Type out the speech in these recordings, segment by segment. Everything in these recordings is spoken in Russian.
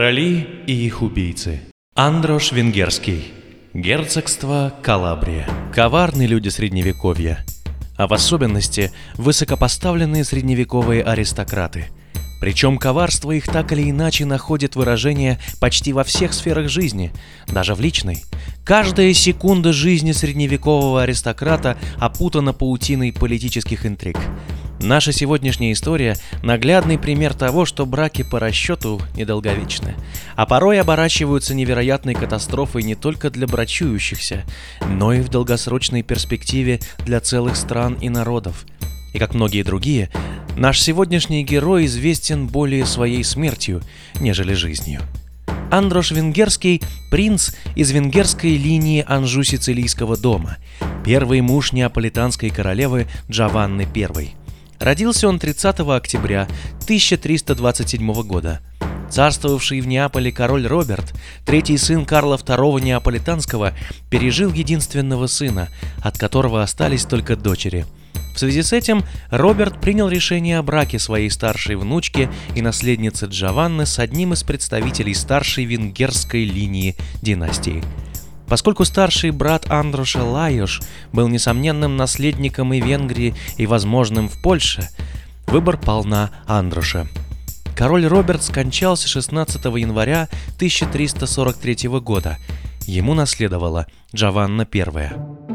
Короли и их убийцы. Андрош Венгерский. Герцогство Калабрия. Коварные люди Средневековья, а в особенности высокопоставленные средневековые аристократы. Причем коварство их так или иначе находит выражение почти во всех сферах жизни, даже в личной. Каждая секунда жизни средневекового аристократа опутана паутиной политических интриг. Наша сегодняшняя история – наглядный пример того, что браки по расчету недолговечны, а порой оборачиваются невероятной катастрофой не только для брачующихся, но и в долгосрочной перспективе для целых стран и народов. И как многие другие, наш сегодняшний герой известен более своей смертью, нежели жизнью. Андрош Венгерский – принц из венгерской линии Анжу-Сицилийского дома, первый муж неаполитанской королевы Джованны I. Родился он 30 октября 1327 года. Царствовавший в Неаполе король Роберт, третий сын Карла II Неаполитанского, пережил единственного сына, от которого остались только дочери. В связи с этим Роберт принял решение о браке своей старшей внучки и наследницы Джованны с одним из представителей старшей венгерской линии династии. Поскольку старший брат Андроша Лайош был несомненным наследником и Венгрии, и возможным в Польше, выбор пал на Андроша. Король Роберт скончался 16 января 1343 года. Ему наследовала Джованна I.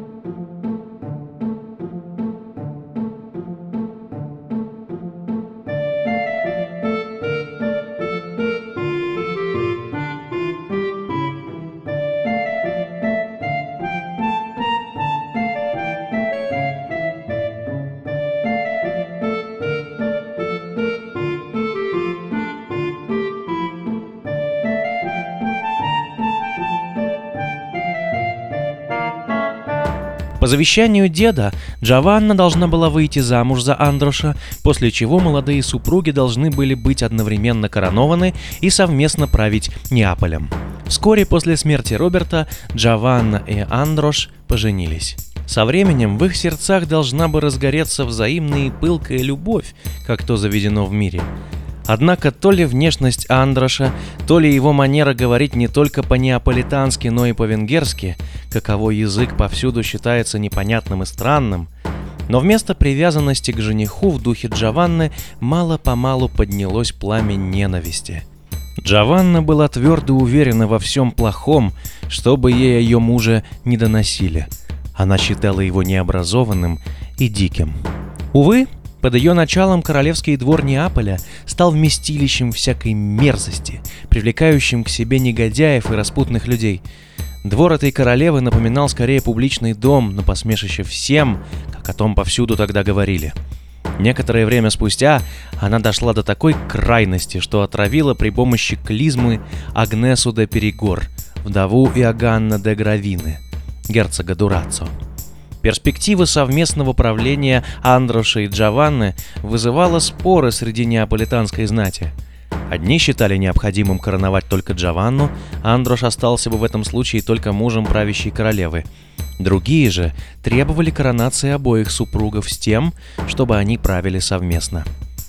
По завещанию деда, Джованна должна была выйти замуж за Андроша, после чего молодые супруги должны были быть одновременно коронованы и совместно править Неаполем. Вскоре после смерти Роберта Джованна и Андрош поженились. Со временем в их сердцах должна бы разгореться взаимная и пылкая любовь, как то заведено в мире. Однако то ли внешность Андроша, то ли его манера говорить не только по-неаполитански, но и по-венгерски, каковой язык повсюду считается непонятным и странным, но вместо привязанности к жениху в духе Джованны мало-помалу поднялось пламя ненависти. Джованна была твердо уверена во всем плохом, что бы ей о ее муже не доносили. Она считала его необразованным и диким. Увы, под ее началом королевский двор Неаполя стал вместилищем всякой мерзости, привлекающим к себе негодяев и распутных людей. Двор этой королевы напоминал скорее публичный дом, на посмешище всем, как о том повсюду тогда говорили. Некоторое время спустя она дошла до такой крайности, что отравила при помощи клизмы Агнесу де Перигор, вдову Иоганна де Гравины, герцога Дураццо. Перспектива совместного правления Андроша и Джованны вызывала споры среди неаполитанской знати. Одни считали необходимым короновать только Джованну, а Андрош остался бы в этом случае только мужем правящей королевы. Другие же требовали коронации обоих супругов с тем, чтобы они правили совместно.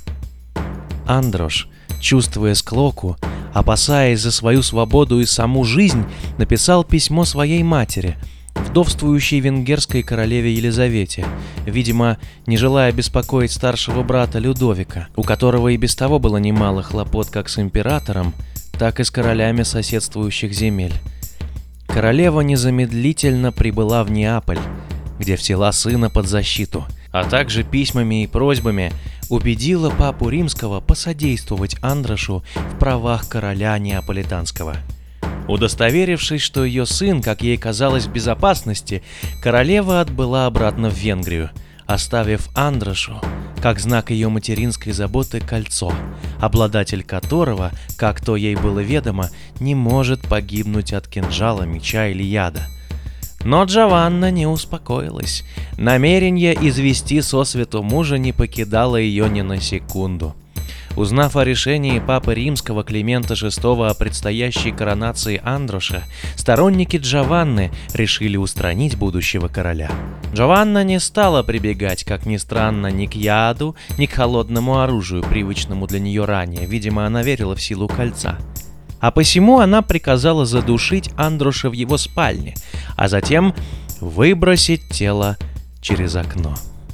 Андрош, чувствуя склоку, опасаясь за свою свободу и саму жизнь, написал письмо своей матери, вдовствующей венгерской королеве Елизавете, видимо, не желая беспокоить старшего брата Людовика, у которого и без того было немало хлопот как с императором, так и с королями соседствующих земель. Королева незамедлительно прибыла в Неаполь, где взяла сына под защиту, а также письмами и просьбами убедила папу Римского посодействовать Андрошу в правах короля Неаполитанского. Удостоверившись, что ее сын, как ей казалось, в безопасности, королева отбыла обратно в Венгрию, оставив Андрошу, как знак ее материнской заботы, кольцо, обладатель которого, как то ей было ведомо, не может погибнуть от кинжала, меча или яда. Но Джованна не успокоилась. Намерение извести сосвету мужа не покидало ее ни на секунду. Узнав о решении папы Римского Климента VI о предстоящей коронации Андроша, сторонники Джованны решили устранить будущего короля. Джованна не стала прибегать, как ни странно, ни к яду, ни к холодному оружию, привычному для нее ранее. Видимо, она верила в силу кольца. а посему она приказала задушить Андроша в его спальне, а затем выбросить тело через окно.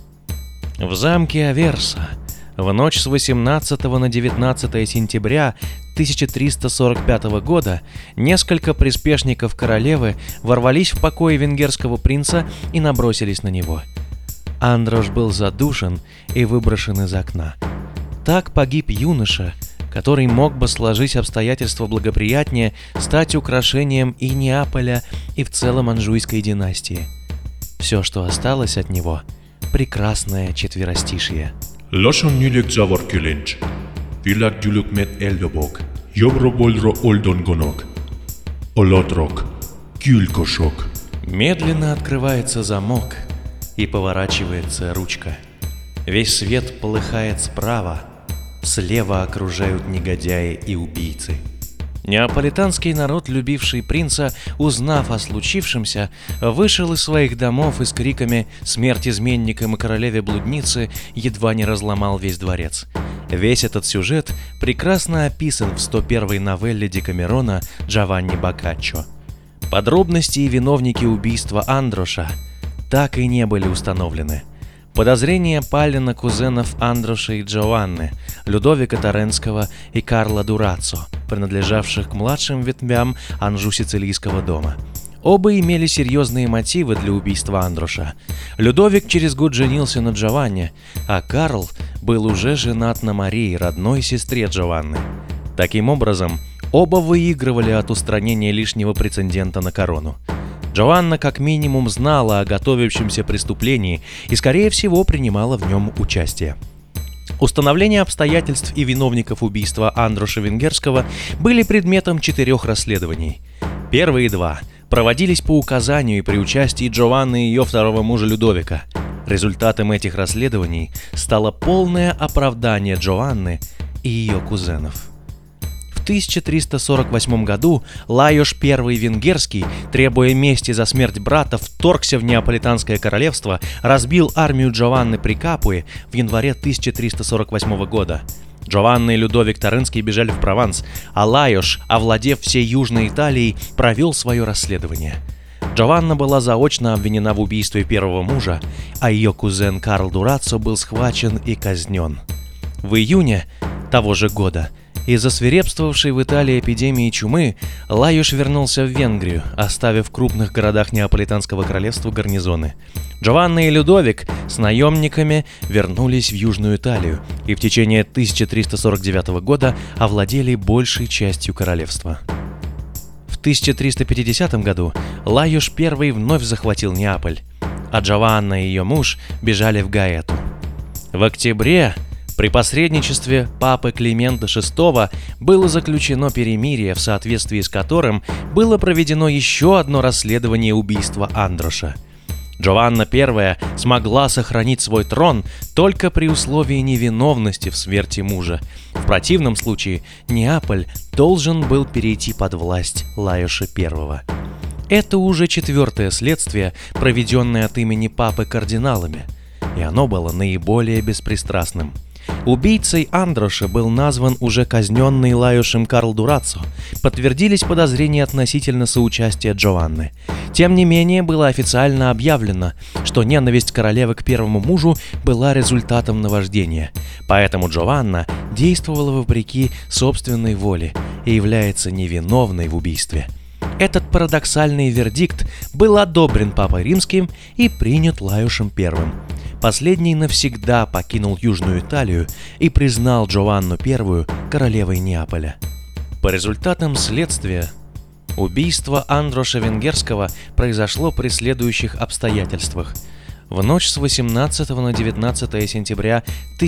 В замке Аверса в ночь с 18 на 19 сентября 1345 года несколько приспешников королевы ворвались в покои венгерского принца и набросились на него. Андрош был задушен и выброшен из окна. Так погиб юноша, который мог бы сложить обстоятельства благоприятнее стать украшением и Неаполя, и в целом Анжуйской династии. Все, что осталось от него — прекрасное четверостишье. Lassan nyülik zavar kilincs, világ gyűlök med eldobok, jobbra-boldra oldongonok, alatrok, külkosok. Медленно открывается замок и поворачивается ручка. Весь свет полыхает справа, слева окружают негодяи и убийцы. Неаполитанский народ, любивший принца, узнав о случившемся, вышел из своих домов и с криками «Смерть изменникам и королеве-блуднице!» едва не разломал весь дворец. Весь этот сюжет прекрасно описан в 101-й новелле Декамерона Джованни Боккаччо. Подробности и виновники убийства Андроша так и не были установлены. Подозрения пали на кузенов Андроша и Джованны, Людовика Торренского и Карла Дураццо, принадлежавших к младшим ветвям Анжу-Сицилийского дома. Оба имели серьезные мотивы для убийства Андроша. Людовик через год женился на Джованне, а Карл был уже женат на Марии, родной сестре Джованны. Таким образом, оба выигрывали от устранения лишнего претендента на корону. Джованна как минимум знала о готовящемся преступлении и, скорее всего, принимала в нем участие. Установление обстоятельств и виновников убийства Андроша Венгерского были предметом 4 расследований. Первые 2 проводились по указанию и при участии Джованны и ее второго мужа Людовика. Результатом этих расследований стало полное оправдание Джованны и ее кузенов. В 1348 году Лайош I Венгерский, требуя мести за смерть брата, вторгся в Неаполитанское королевство, разбил армию Джованны при Капуе в январе 1348 года. Джованна и Людовик Торренский бежали в Прованс, а Лайош, овладев всей Южной Италией, провел свое расследование. Джованна была заочно обвинена в убийстве первого мужа, а ее кузен Карл Дураццо был схвачен и казнен. В июне того же года из-за свирепствовавшей в Италии эпидемии чумы Лайош вернулся в Венгрию, оставив в крупных городах Неаполитанского королевства гарнизоны. Джованна и Людовик с наемниками вернулись в Южную Италию и в течение 1349 года овладели большей частью королевства. В 1350 году Лайош I вновь захватил Неаполь, а Джованна и ее муж бежали в Гаэту. В октябре при посредничестве папы Климента VI было заключено перемирие, в соответствии с которым было проведено еще одно расследование убийства Андроша. Джованна I смогла сохранить свой трон только при условии невиновности в смерти мужа. В противном случае Неаполь должен был перейти под власть Лайоша I. Это уже 4-е следствие, проведенное от имени папы кардиналами, и оно было наиболее беспристрастным. Убийцей Андроша был назван уже казненный Лайошем Карл Дураццо. Подтвердились подозрения относительно соучастия Джованны. Тем не менее, было официально объявлено, что ненависть королевы к первому мужу была результатом наваждения. Поэтому Джованна действовала вопреки собственной воле и является невиновной в убийстве. Этот парадоксальный вердикт был одобрен Папой Римским и принят Лайошем I. Последний навсегда покинул Южную Италию и признал Джованну I королевой Неаполя. По результатам следствия, убийство Андроша Венгерского произошло при следующих обстоятельствах. В ночь с 18 на 19 сентября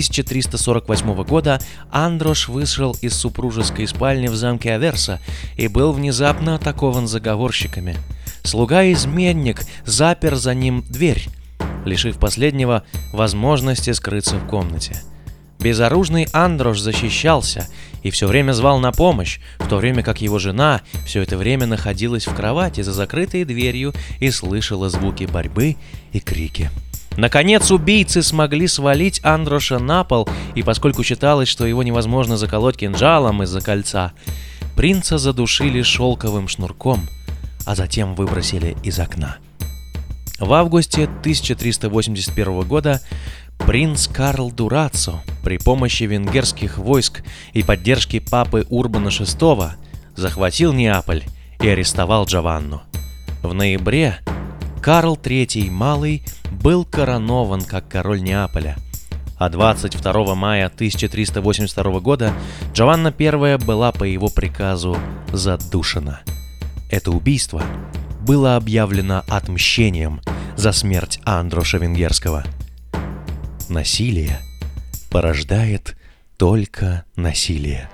1348 года Андрош вышел из супружеской спальни в замке Аверса и был внезапно атакован заговорщиками. Слуга-изменник запер за ним дверь, лишив последнего возможности скрыться в комнате. Безоружный Андрош защищался и все время звал на помощь, в то время как его жена все это время находилась в кровати за закрытой дверью и слышала звуки борьбы и крики. Наконец убийцы смогли свалить Андроша на пол, и поскольку считалось, что его невозможно заколоть кинжалом из-за кольца, Принца задушили шелковым шнурком, а затем выбросили из окна. В августе 1381 года принц Карл Дурацо при помощи венгерских войск и поддержки папы Урбана VI захватил Неаполь и арестовал Джованну. В ноябре Карл III Малый был коронован как король Неаполя, а 22 мая 1382 года Джованна I была по его приказу задушена. Это убийство было объявлено отмщением за смерть Андроша Венгерского. Насилие порождает только насилие.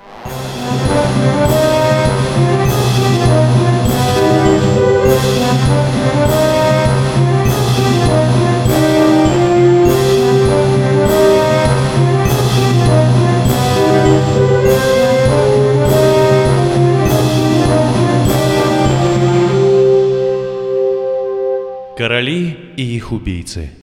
Короли и их убийцы.